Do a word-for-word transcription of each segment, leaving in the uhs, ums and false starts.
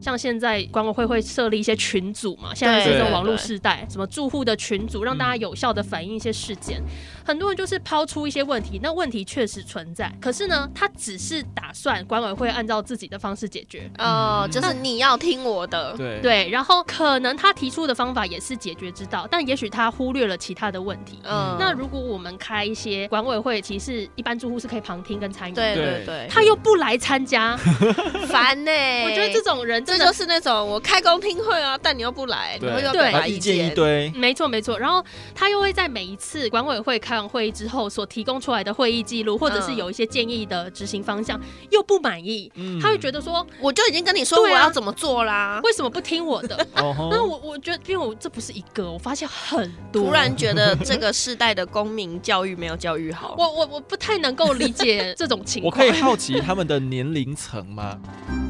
像现在管委会会设立一些群组嘛，现在是这种网络世代，什么住户的群组，让大家有效的反映一些事件。很多人就是抛出一些问题，那问题确实存在，可是呢，他只是打算管委会按照自己的方式解决。 哦、呃，就是你要听我的。 对对，然后可能他提出的方法也是解决之道，但也许他忽略了其他的问题。嗯，那如果我们开一些管委会，其实一般住户是可以旁听跟参与的。 对对对， 他又不来参加， 烦呢、欸。 我觉得这种人真的这就是那种我开公听会啊，但你又不来，然后又表达意见一堆。 没错没错，然后他又会在每一次管委会开完会议之后所提供出来的会议记录，或者是有一些建议的执行方向，又不满意，嗯、他会觉得说， 我就已经跟你说我要怎么做啦， 为什么不听我的？那我我觉得，因为我这不是一个，我发现很多， 突然觉得这个世代的公民教育没有教育好。 我我我不太能够理解这种情况。 我可以好奇他们的年龄层吗？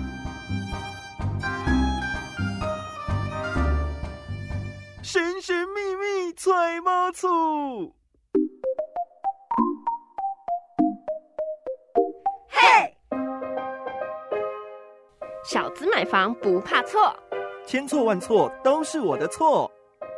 神神秘秘揣猫醋， 嘿，小资买房不怕错， 千错万错都是我的错。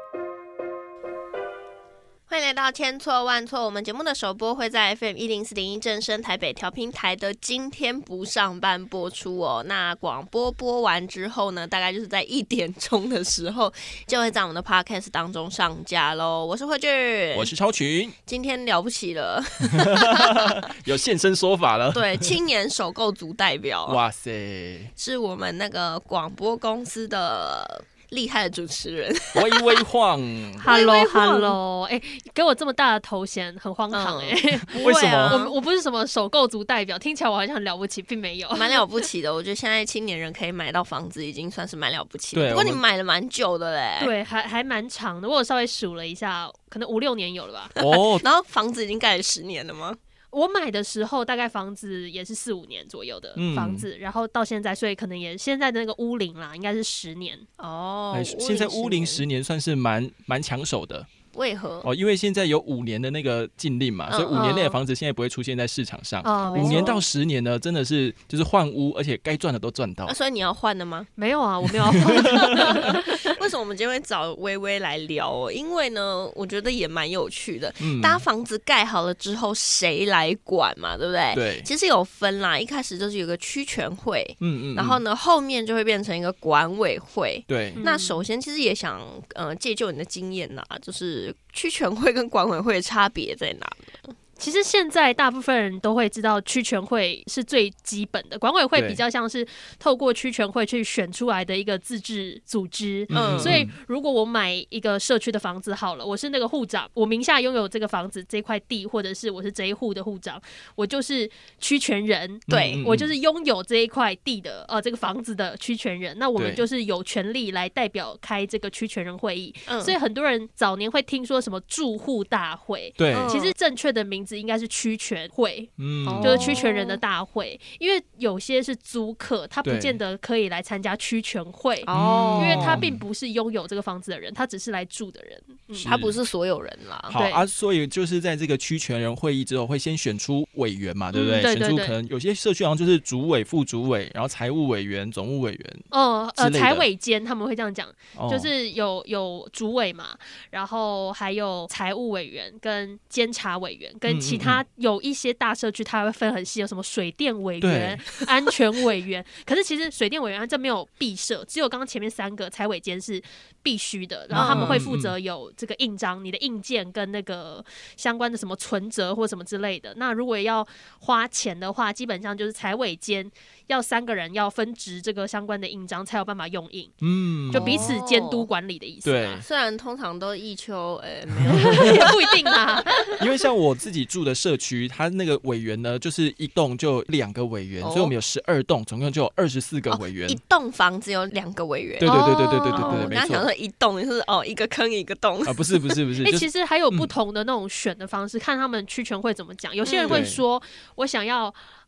欢迎来到千错万错，我们节目的首播会在 F M 一零四点一正声台北调频台的今天不上班播出哦。那广播播完之后呢，大概就是在一点钟的时候就会在我们的 Podcast 当中上架咯。我是慧俊， 我是超群， 今天了不起了有现身说法了。 对，青年首购族代表， 哇塞， 是我们那个广播公司的厉害的主持人， 微微晃 ，Hello Hello， 哎、欸，给我这么大的头衔，很荒唐哎、欸嗯， 为什么？ 我我不是什么首购族代表，听起来我好像很了不起，并没有， 蛮了不起的。我觉得现在青年人可以买到房子，已经算是蛮了不起的。不过你买了蛮久的嘞， 对，还还蛮长的。我有稍微数了一下，可能五六年有了吧。 哦， 然后房子已经盖了十年了吗？ 我买的时候大概房子也是四五年左右的房子、嗯，然后到现在，所以可能也现在的那个屋龄啦，应该是十年哦。 现在屋龄十年算是蛮蛮抢手的。 为何？ 哦，因为现在有五年的那个禁令嘛，嗯、所以五年内的房子现在不会出现在市场上。嗯、五年到十年呢，真的是就是换屋，而且该赚的都赚到、 啊。所以你要换的吗？ 没有啊，我没有要换。 为什么我们今天会找微微来聊哦？因为呢，我觉得也蛮有趣的。 嗯， 大家房子盖好了之后，谁来管嘛？对不对？ 对。 其实有分啦，一开始就是有个区权会， 嗯 嗯, 嗯， 然后呢，后面就会变成一个管委会。 对。 那首先，其实也想呃借就你的经验啦，就是区权会跟管委会的差别在哪呢？ 其实现在大部分人都会知道区权会是最基本的，管委会比较像是透过区权会去选出来的一个自治组织。嗯，所以如果我买一个社区的房子好了，我是那个户长，我名下拥有这个房子这块地，或者是我是这一户的户长，我就是区权人。对、嗯、我就是拥有这一块地的呃这个房子的区权人。那我们就是有权利来代表开这个区权人会议。所以很多人早年会听说什么住户大会， 对， 其实正确的名字应该是区权会， 嗯， 就是区权人的大会，因为有些是租客，他不见得可以来参加区权会，哦，因为他并不是拥有这个房子的人，他只是来住的人， 嗯、他不是所有人啦。 好啊，所以就是在这个区权人会议之后，会先选出委员嘛，对不对？嗯、对对对，选出可能有些社区好像就是主委、副主委，然后财务委员、总务委员， 哦，呃，财委监他们会这样讲，哦、就是有有主委嘛，然后还有财务委员跟监察委员跟其他。有一些大社区它会分很细，有什么水电委员、安全委员。可是其实水电委员这没有必设，只有刚刚前面三个财委监是必须的，然后他们会负责有这个印章、你的印件跟那个相关的什么存折或什么之类的。那如果要花钱的话，基本上就是财委监要三个人要分值这个相关的印章才有办法用印，嗯，就彼此监督管理的意思、啊。 对， 虽然通常都一丘，呃、欸，没有也不一定啊。 因为像我自己住的社区，它那个委员呢，就是一栋就两个委员，哦、所以我们有十二栋，总共就有二十四个委员。 哦、一栋房子有两个委员。 对对对对对对对对， 哦、 没错。 我刚想说一栋就是哦一个坑一个洞啊，不是不是不是。 哎、欸，其实还有不同的那种选的方式，嗯、看他们区权会怎么讲。有些人会说，我想要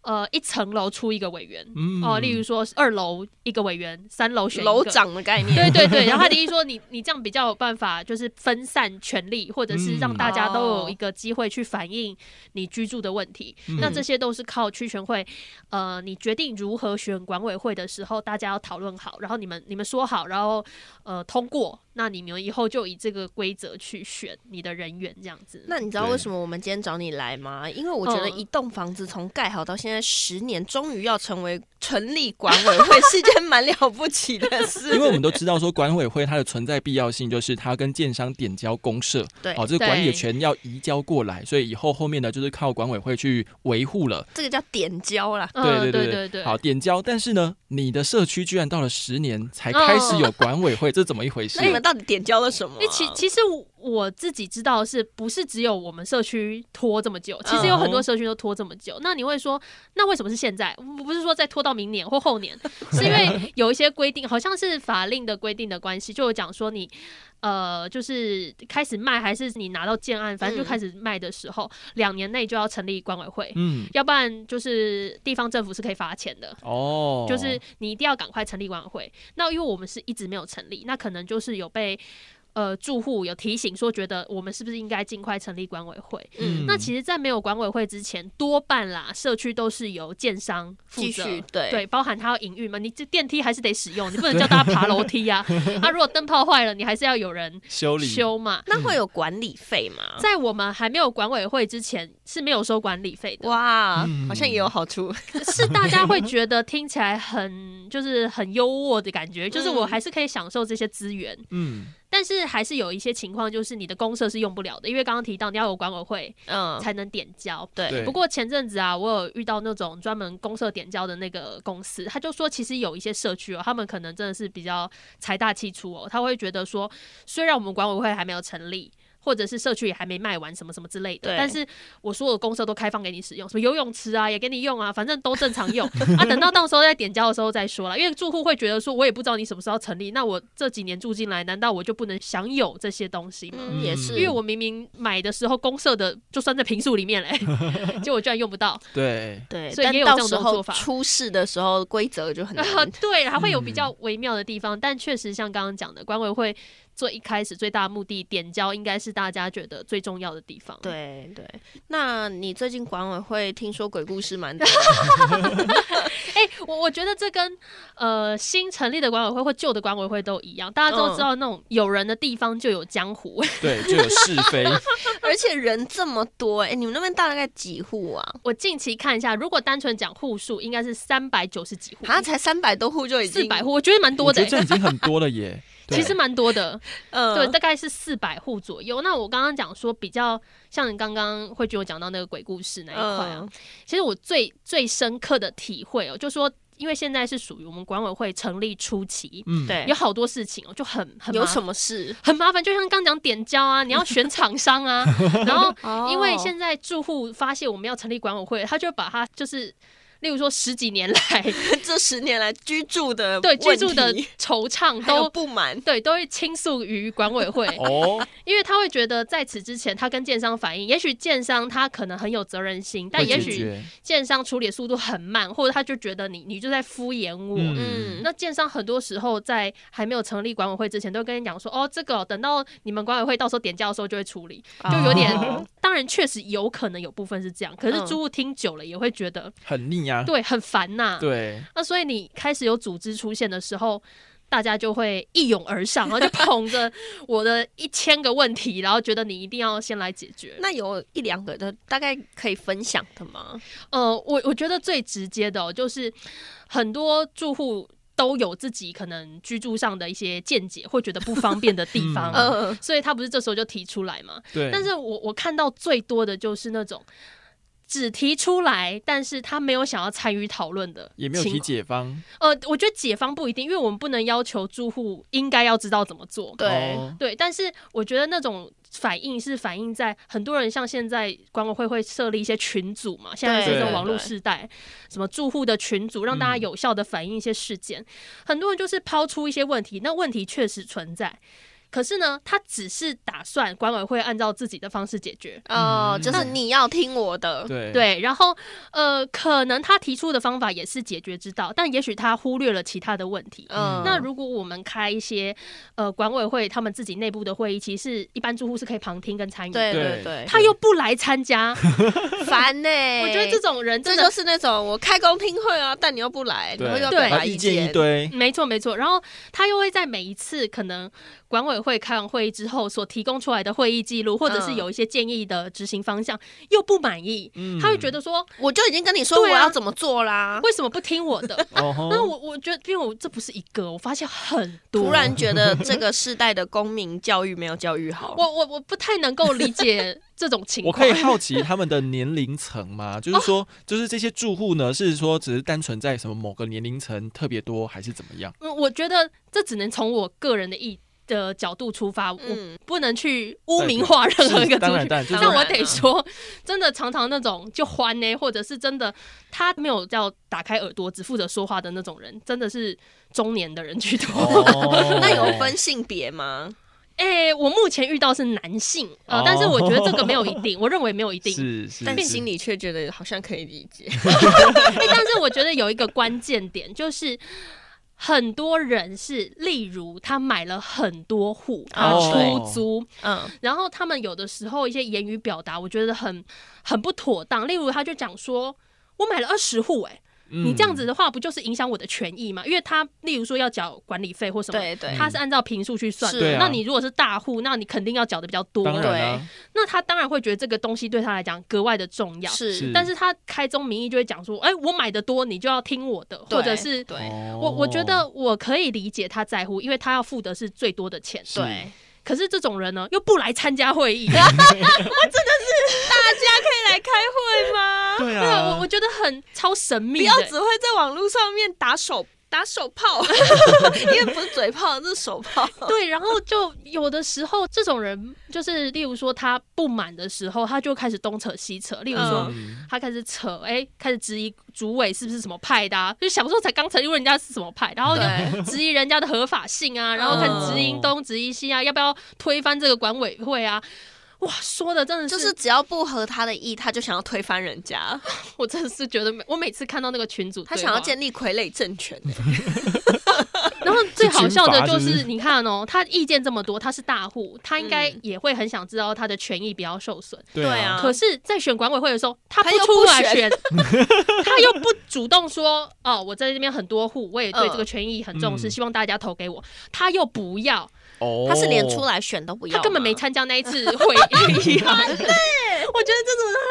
呃，一层楼出一个委员，嗯、哦，例如说二楼一个委员，三楼选一个楼长的概念， 对对对。然后他的意思说你，你这样比较有办法，就是分散权力，或者是让大家都有一个机会去反映你居住的问题。嗯、那这些都是靠区权会，呃，你决定如何选管委会的时候，大家要讨论好，然后你们你们说好，然后呃通过。那你们以后就以这个规则去选你的人员，这样子。 那你知道为什么我们今天找你来吗？因为我觉得一栋房子从盖好到现在十年，终于要成为成立管委会，是一件蛮了不起的事。 因为我们都知道说管委会它的存在必要性，就是它跟建商点交公社， 对， 哦，这个管理权要移交过来，所以以后后面呢就是靠管委会去维护了。 这个叫点交啦。 对对 对, 对, 对, 对好，点交。但是呢，你的社区居然到了十年才开始有管委会，哦、这怎么一回事？ 那你们到底点交了什么、啊？ 因为其其实我自己知道的是不是只有我们社区拖这么久？其实有很多社区都拖这么久。嗯、那你会说，那为什么是现在？不是说再拖到明年或后年？是因为有一些规定，好像是法令的规定的关系，就有讲说你。呃，就是开始卖还是你拿到建案，反正就开始卖的时候，两、嗯、年内就要成立管委会，嗯，要不然就是地方政府是可以罚钱的哦。就是你一定要赶快成立管委会。那因为我们是一直没有成立，那可能就是有被。呃，住户有提醒说，觉得我们是不是应该尽快成立管委会？嗯，那其实，在没有管委会之前，多半啦，社区都是由建商负责， 对对，包含他要营运嘛，你这电梯还是得使用，你不能叫大家爬楼梯啊。啊，如果灯泡坏了，你还是要有人修理修嘛。 那会有管理费吗？ 在我们还没有管委会之前，是没有收管理费的。 哇，嗯、好像也有好处， 是大家会觉得听起来很就是很优渥的感觉，就是我还是可以享受这些资源。嗯。但是还是有一些情况，就是你的公社是用不了的，因为刚刚提到你要有管委会，嗯，才能点交。 对。 不过前阵子啊，我有遇到那种专门公社点交的那个公司，他就说，其实有一些社区哦，他们可能真的是比较财大气粗哦，他会觉得说，虽然我们管委会还没有成立。或者是社区也还没卖完什么什么之类的，但是我所有的公社都开放给你使用，什么游泳池啊也给你用啊，反正都正常用啊。等到到时候在点交的时候再说啦，因为住户会觉得说，我也不知道你什么时候成立，那我这几年住进来，难道我就不能享有这些东西吗？ 嗯，也是， 因为我明明买的时候公社的就算在坪数里面嘞，结果我居然用不到。 对对， 所以也有这种做法。 出事的时候规则就很难、 呃。对，还会有比较微妙的地方，嗯、但确实像刚刚讲的，管委会。最一开始最大的目的点交应该是大家觉得最重要的地方。 对对，那你最近管委会听说鬼故事蛮多的。 哎、欸，我我觉得这跟呃新成立的管委会或旧的管委会都一样，大家都知道那种有人的地方就有江湖， 对，就有是非， 而且人这么多，哎、欸，你们那边大概几户啊？ 我近期看一下，如果单纯讲户数，应该是三百九十几户， 啊，才三百多户就已经四百户，我觉得蛮多的、欸， 我觉得这已经很多了耶。 其实蛮多的，嗯，对，大概是四百户左右。那我刚刚讲说，比较像你刚刚慧君有讲到那个鬼故事那一块啊，嗯、其实我最最深刻的体会哦，就说因为现在是属于我们管委会成立初期，嗯，对，有好多事情哦，就很很有什么事很麻烦，就像刚讲点交啊，你要选厂商啊，然后因为现在住户发现我们要成立管委会，他就把它就是。例如说十几年来， 这十年来居住的对居住的惆怅都不满， 对都会倾诉于管委会哦，因为他会觉得在此之前，他跟建商反映，也许建商他可能很有责任心，但也许建商处理的速度很慢，或者他就觉得你你就在敷衍我。嗯，嗯那建商很多时候在还没有成立管委会之前，都跟你讲说，哦，这个等到你们管委会到时候点交的时候就会处理，就有点，哦、当然确实有可能有部分是这样，可是住户听久了也会觉得很腻。 对，很烦呐、啊。 对， 那所以你开始有组织出现的时候，大家就会一涌而上，然后就捧着我的一千个问题，然后觉得你一定要先来解决。 那有一两个的大概可以分享的吗？ 呃，我我觉得最直接的、哦、就是很多住户。都有自己可能居住上的一些见解，或觉得不方便的地方，嗯、所以他不是这时候就提出来嘛？对。但是我我看到最多的就是那种。只提出来，但是他没有想要参与讨论的， 也没有提解方。 呃，我觉得解方不一定，因为我们不能要求住户应该要知道怎么做。 对、 哦、对，但是我觉得那种反应是反映在很多人，像现在管委会会设立一些群组嘛，现在是这种网络世代，什么住户的群组，让大家有效的反映一些事件。嗯、很多人就是抛出一些问题，那问题确实存在。 可是呢，他只是打算管委会按照自己的方式解决。 哦、嗯，就是你要听我的。 对对，然后呃，可能他提出的方法也是解决之道，但也许他忽略了其他的问题。嗯，那如果我们开一些呃管委会他们自己内部的会议，其实一般住户是可以旁听跟参与的。 对对对， 他又不来参加， 烦呢、欸。 我觉得这种人真的这就是那种我开公听会啊，但你又不来，你又要表达意见一堆。 没错没错，然后他又会在每一次可能管委会开完会议之后所提供出来的会议记录，或者是有一些建议的执行方向、嗯、又不满意、嗯，他会觉得说， 我就已经跟你说我要怎么做啦， 为什么不听我的？那我我觉得，因为我这不是一个，我发现很多， 突然觉得这个世代的公民教育没有教育好。 我我我不太能够理解这种情况。 我可以好奇他们的年龄层吗？就是说，就是这些住户呢，是说只是单纯在什么某个年龄层特别多，还是怎么样？ 嗯，我觉得这只能从我个人的意的角度出发，嗯、我不能去污名化任何一个族群。但我得说，真的常常那种就欢呢，或者是真的他没有要打开耳朵，只负责说话的那种人，真的是中年的人居多。 哦、 那有分性别吗？ 哎、欸，我目前遇到是男性，呃， oh. 但是我觉得这个没有一定，我认为没有一定， 是是， 但心里却觉得好像可以理解。 欸、但是我觉得有一个关键点就是。很多人是，例如他买了很多户，他出租，嗯，然后他们有的时候一些言语表达，我觉得很很不妥当。例如，他就讲说：“我买了二十户，哎。”你这样子的话，不就是影响我的权益吗？因为他例如说要缴管理费或什么， 对对， 他是按照坪数去算的。那你如果是大户，那你肯定要缴的比较多， 对。 那他当然会觉得这个东西对他来讲格外的重要， 是。 但是他开宗明义就会讲说，哎、欸，我买的多，你就要听我的，或者是， 对， 我我觉得我可以理解他在乎，因为他要付的是最多的钱， 对。 可是这种人呢，又不来参加会议，我真的是大家可以来开会吗？ 对啊， 我我觉得很超神秘的， 不要只会在网络上面打手打手炮，因为不是嘴炮，是手炮。 对，然后就有的时候这种人，就是例如说他不满的时候，他就开始东扯西扯。例如说，嗯、他开始扯，哎、欸，开始质疑主委是不是什么派的、啊，就想说才刚成立人家是什么派，然后就质疑人家的合法性啊，然后开始质疑东质疑西啊，要不要推翻这个管委会啊？哇，说的真的是， 就是只要不合他的意，他就想要推翻人家。 我真的是觉得每，我每次看到那个群组， 他想要建立傀儡政权、欸。 然后最好笑的就是，你看哦，他意见这么多，他是大户，他应该也会很想知道他的权益不要受损。 对啊。 可是，在选管委会的时候，他不出来选，他又不主动说，哦，我在这边很多户，我也对这个权益很重视，嗯、希望大家投给我。他又不要。 哦、 他是连出来选都不要， 他根本没参加那一次会议、啊。我觉得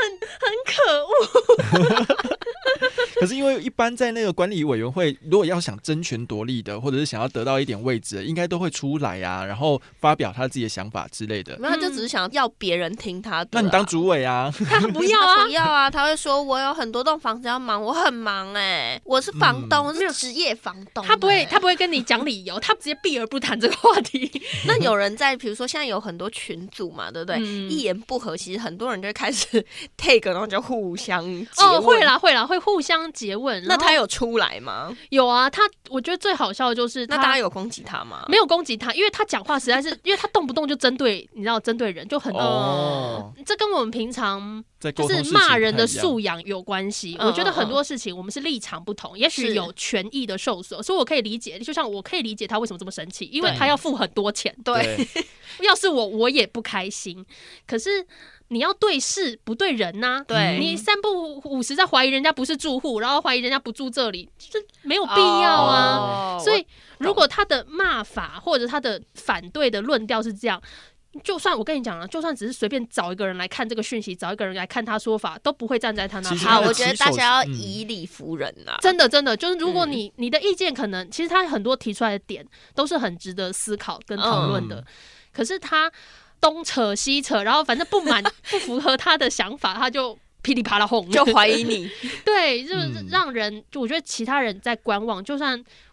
这种人很很可恶。 可是因为一般在那个管理委员会，如果要想争权夺利的，或者是想要得到一点位置的，应该都会出来啊，然后发表他自己的想法之类的。 没有，他就只是想要别人听他的、啊。 那你当主委啊？ 他不要啊， 不要啊！他会说：“我有很多栋房子要忙，我很忙哎、欸，我是房东，我、嗯、是职业房东、欸。” 他不会，他不会跟你讲理由，他直接避而不谈这个话题。 那有人在，比如说现在有很多群组嘛，对不对？嗯、一言不合，其实很多人就会开始 take， 然后就互相诘问。 哦，会啦会啦，会互相诘问。 那他有出来吗？ 有啊，他我觉得最好笑的就是他， 那大家有攻击他吗？ 没有攻击他，因为他讲话实在是，因为他动不动就针对，你知道，针对人就很哦、 呃，这跟我们平常就是骂人的素养有关系。我觉得很多事情我们是立场不同，也许有权益的受损，所以我可以理解，就像我可以理解他为什么这么生气，因为他要付很多钱。 对， 要是我，我也不开心。可是你要对事不对人呐、啊， 对， 你三不五时在怀疑人家不是住户，然后怀疑人家不住这里，这没有必要啊。Oh, 所以如果他的骂法或者他的反对的论调是这样，就算我跟你讲了，就算只是随便找一个人来看这个讯息，找一个人来看他说法，都不会站在他那。 好，我觉得大家要以理服人啊！ 真的，真的，就是如果你、嗯、你的意见可能，其实他很多提出来的点都是很值得思考跟讨论的、嗯，可是他东扯西扯，然后反正不满不符合他的想法，他就噼里啪啦轰， 就怀疑你。 对，就是让人，就我觉得其他人在观望，就算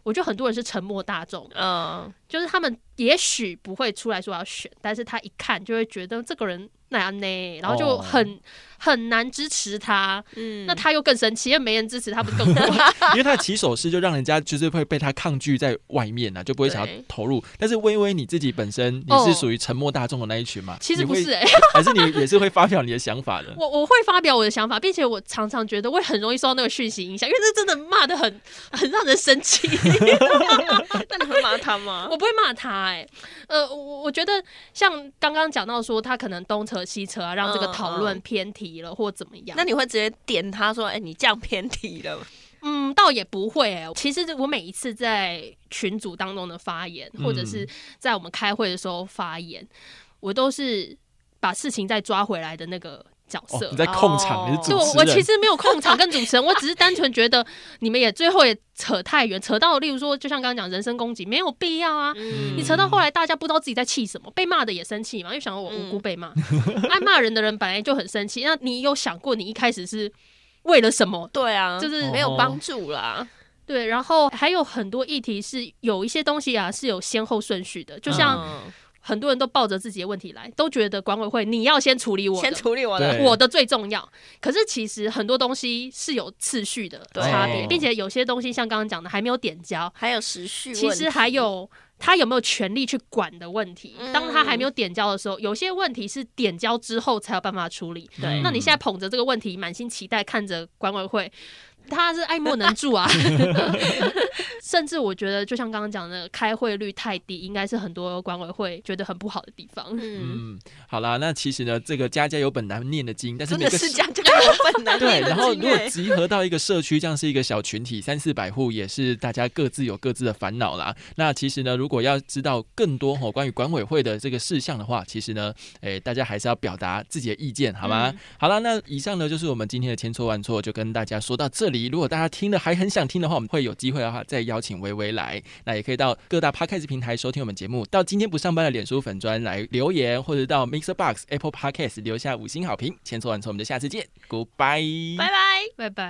我觉得很多人是沉默大众， 嗯， 就是他们也许不会出来说要选，但是他一看就会觉得这个人那样呢，然后就很、哦、很难支持他，嗯，那他又更生气，因为没人支持他，不是更多？ 因为他的起手式就让人家就是会被他抗拒在外面啊，就不会想要投入。但是微微你自己本身你是属于沉默大众的那一群嘛？ 其实不是哎、 欸，还是你也是会发表你的想法的？ 我我会发表我的想法，并且我常常觉得我很容易受到那个讯息影响，因为这真的骂得很很让人生气。 那你会骂他吗？ 我不会骂他哎、欸，呃，我我觉得像刚刚讲到说他可能东扯西扯啊，让这个讨论偏题了、嗯嗯、或怎么样。 那你会直接点他说：“哎、欸，你这样偏题了。” 嗯，倒也不会哎、欸。其实我每一次在群组当中的发言，或者是在我们开会的时候发言，嗯、我都是把事情再抓回来的那个角色。 哦、你在控场，哦、你是主持人。 我我其实没有控场跟主持人，我只是单纯觉得你们也最后也扯太远，扯到例如说，就像刚刚讲人身攻击，没有必要啊。嗯、你扯到后来，大家不知道自己在气什么，被骂的也生气嘛，因为想到我无辜被骂，爱骂人的人本来就很生气。那你有想过，你一开始是为了什么？ 对啊， 就是没有帮助啦。 对，然后还有很多议题是有一些东西啊是有先后顺序的，就像。嗯很多人都抱着自己的问题来，都觉得管委会你要先处理我的， 先处理我的， 我的最重要。可是其实很多东西是有次序的差别，并且有些东西像刚刚讲的还没有点交， 还有时序问题， 其实还有他有没有权利去管的问题。嗯、当他还没有点交的时候，有些问题是点交之后才有办法处理。对，那你现在捧着这个问题，满心期待看着管委会。他是爱莫能助啊，甚至我觉得，就像刚刚讲的，开会率太低，应该是很多管委会觉得很不好的地方。嗯， 嗯好啦，那其实呢，这个家家有本难念的经，但是每个真的是家家有本难念的经。 对，然后如果集合到一个社区，这样是一个小群体，三四百户，也是大家各自有各自的烦恼啦。那其实呢，如果要知道更多哦关于管委会的这个事项的话，其实呢，哎，大家还是要表达自己的意见，好吗？嗯、好啦，那以上呢就是我们今天的千错万错，就跟大家说到这里。如果大家听了还很想听的话，我们会有机会的话再邀请微微来。那也可以到各大 Podcast 平台收听我们节目，到今天不上班的脸书粉专来留言，或者到 Mixer Box、Apple Podcast 留下五星好评。千错万错，我们就下次见 ，Goodbye， 拜拜， 拜拜。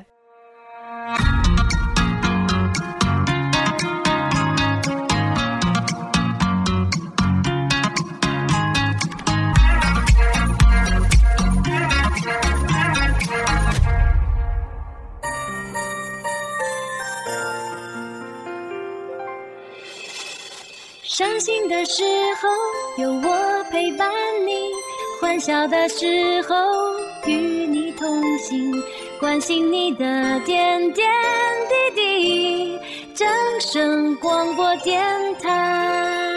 伤心的时候有我陪伴你，欢笑的时候与你同行，关心你的点点滴滴。正声广播电台。